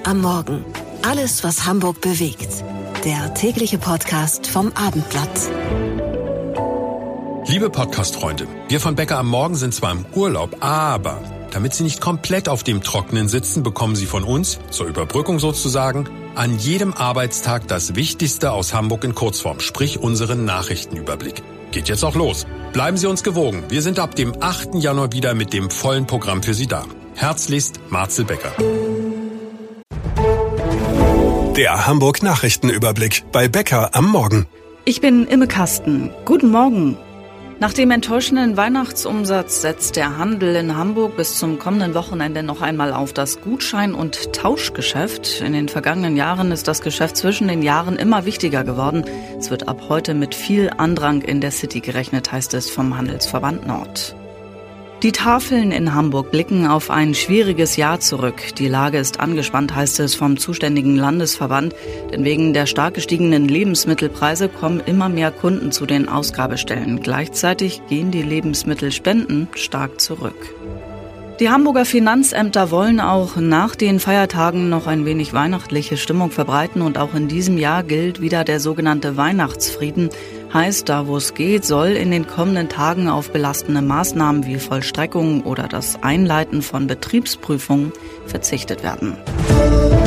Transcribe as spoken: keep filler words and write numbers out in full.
am Morgen. Alles, was Hamburg bewegt. Der tägliche Podcast vom Abendblatt. Liebe Podcast-Freunde, wir von Bäcker am Morgen sind zwar im Urlaub, aber damit Sie nicht komplett auf dem Trockenen sitzen, bekommen Sie von uns, zur Überbrückung sozusagen, an jedem Arbeitstag das Wichtigste aus Hamburg in Kurzform, sprich unseren Nachrichtenüberblick. Geht jetzt auch los. Bleiben Sie uns gewogen. Wir sind ab dem achten Januar wieder mit dem vollen Programm für Sie da. Herzlichst, Marcel Becker. Der Hamburg Nachrichtenüberblick bei Bäcker am Morgen. Ich bin Imme Kasten. Guten Morgen. Nach dem enttäuschenden Weihnachtsumsatz setzt der Handel in Hamburg bis zum kommenden Wochenende noch einmal auf das Gutschein- und Tauschgeschäft. In den vergangenen Jahren ist das Geschäft zwischen den Jahren immer wichtiger geworden. Es wird ab heute mit viel Andrang in der City gerechnet, heißt es vom Handelsverband Nord. Die Tafeln in Hamburg blicken auf ein schwieriges Jahr zurück. Die Lage ist angespannt, heißt es vom zuständigen Landesverband. Denn wegen der stark gestiegenen Lebensmittelpreise kommen immer mehr Kunden zu den Ausgabestellen. Gleichzeitig gehen die Lebensmittelspenden stark zurück. Die Hamburger Finanzämter wollen auch nach den Feiertagen noch ein wenig weihnachtliche Stimmung verbreiten und auch in diesem Jahr gilt wieder der sogenannte Weihnachtsfrieden. Heißt, da wo es geht, soll in den kommenden Tagen auf belastende Maßnahmen wie Vollstreckung oder das Einleiten von Betriebsprüfungen verzichtet werden.